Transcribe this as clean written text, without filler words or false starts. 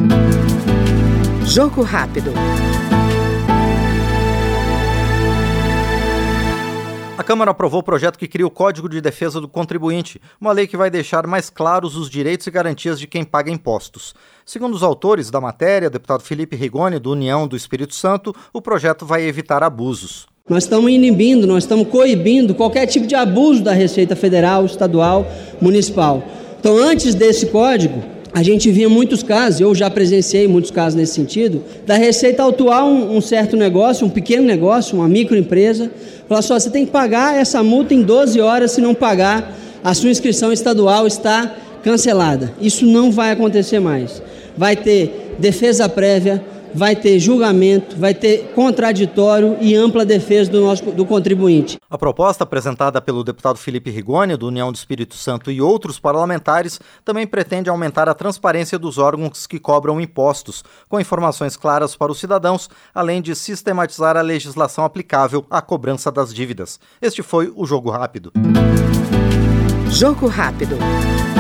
Jogo rápido. A Câmara aprovou o projeto que cria o Código de Defesa do Contribuinte, uma lei que vai deixar mais claros os direitos e garantias de quem paga impostos. Segundo os autores da matéria, deputado Felipe Rigoni, do União do Espírito Santo, o projeto vai evitar abusos. Nós estamos inibindo, nós estamos coibindo qualquer tipo de abuso da Receita Federal, Estadual, Municipal. Então, antes desse código, a gente via muitos casos, eu já presenciei muitos casos nesse sentido, da Receita autuar um certo negócio, um pequeno negócio, uma microempresa, falar só, você tem que pagar essa multa em 12 horas, se não pagar, a sua inscrição estadual está cancelada. Isso não vai acontecer mais. Vai ter defesa prévia, vai ter julgamento, vai ter contraditório e ampla defesa do contribuinte. A proposta apresentada pelo deputado Felipe Rigoni, do União do Espírito Santo, e outros parlamentares também pretende aumentar a transparência dos órgãos que cobram impostos, com informações claras para os cidadãos, além de sistematizar a legislação aplicável à cobrança das dívidas. Este foi o Jogo Rápido. Jogo rápido.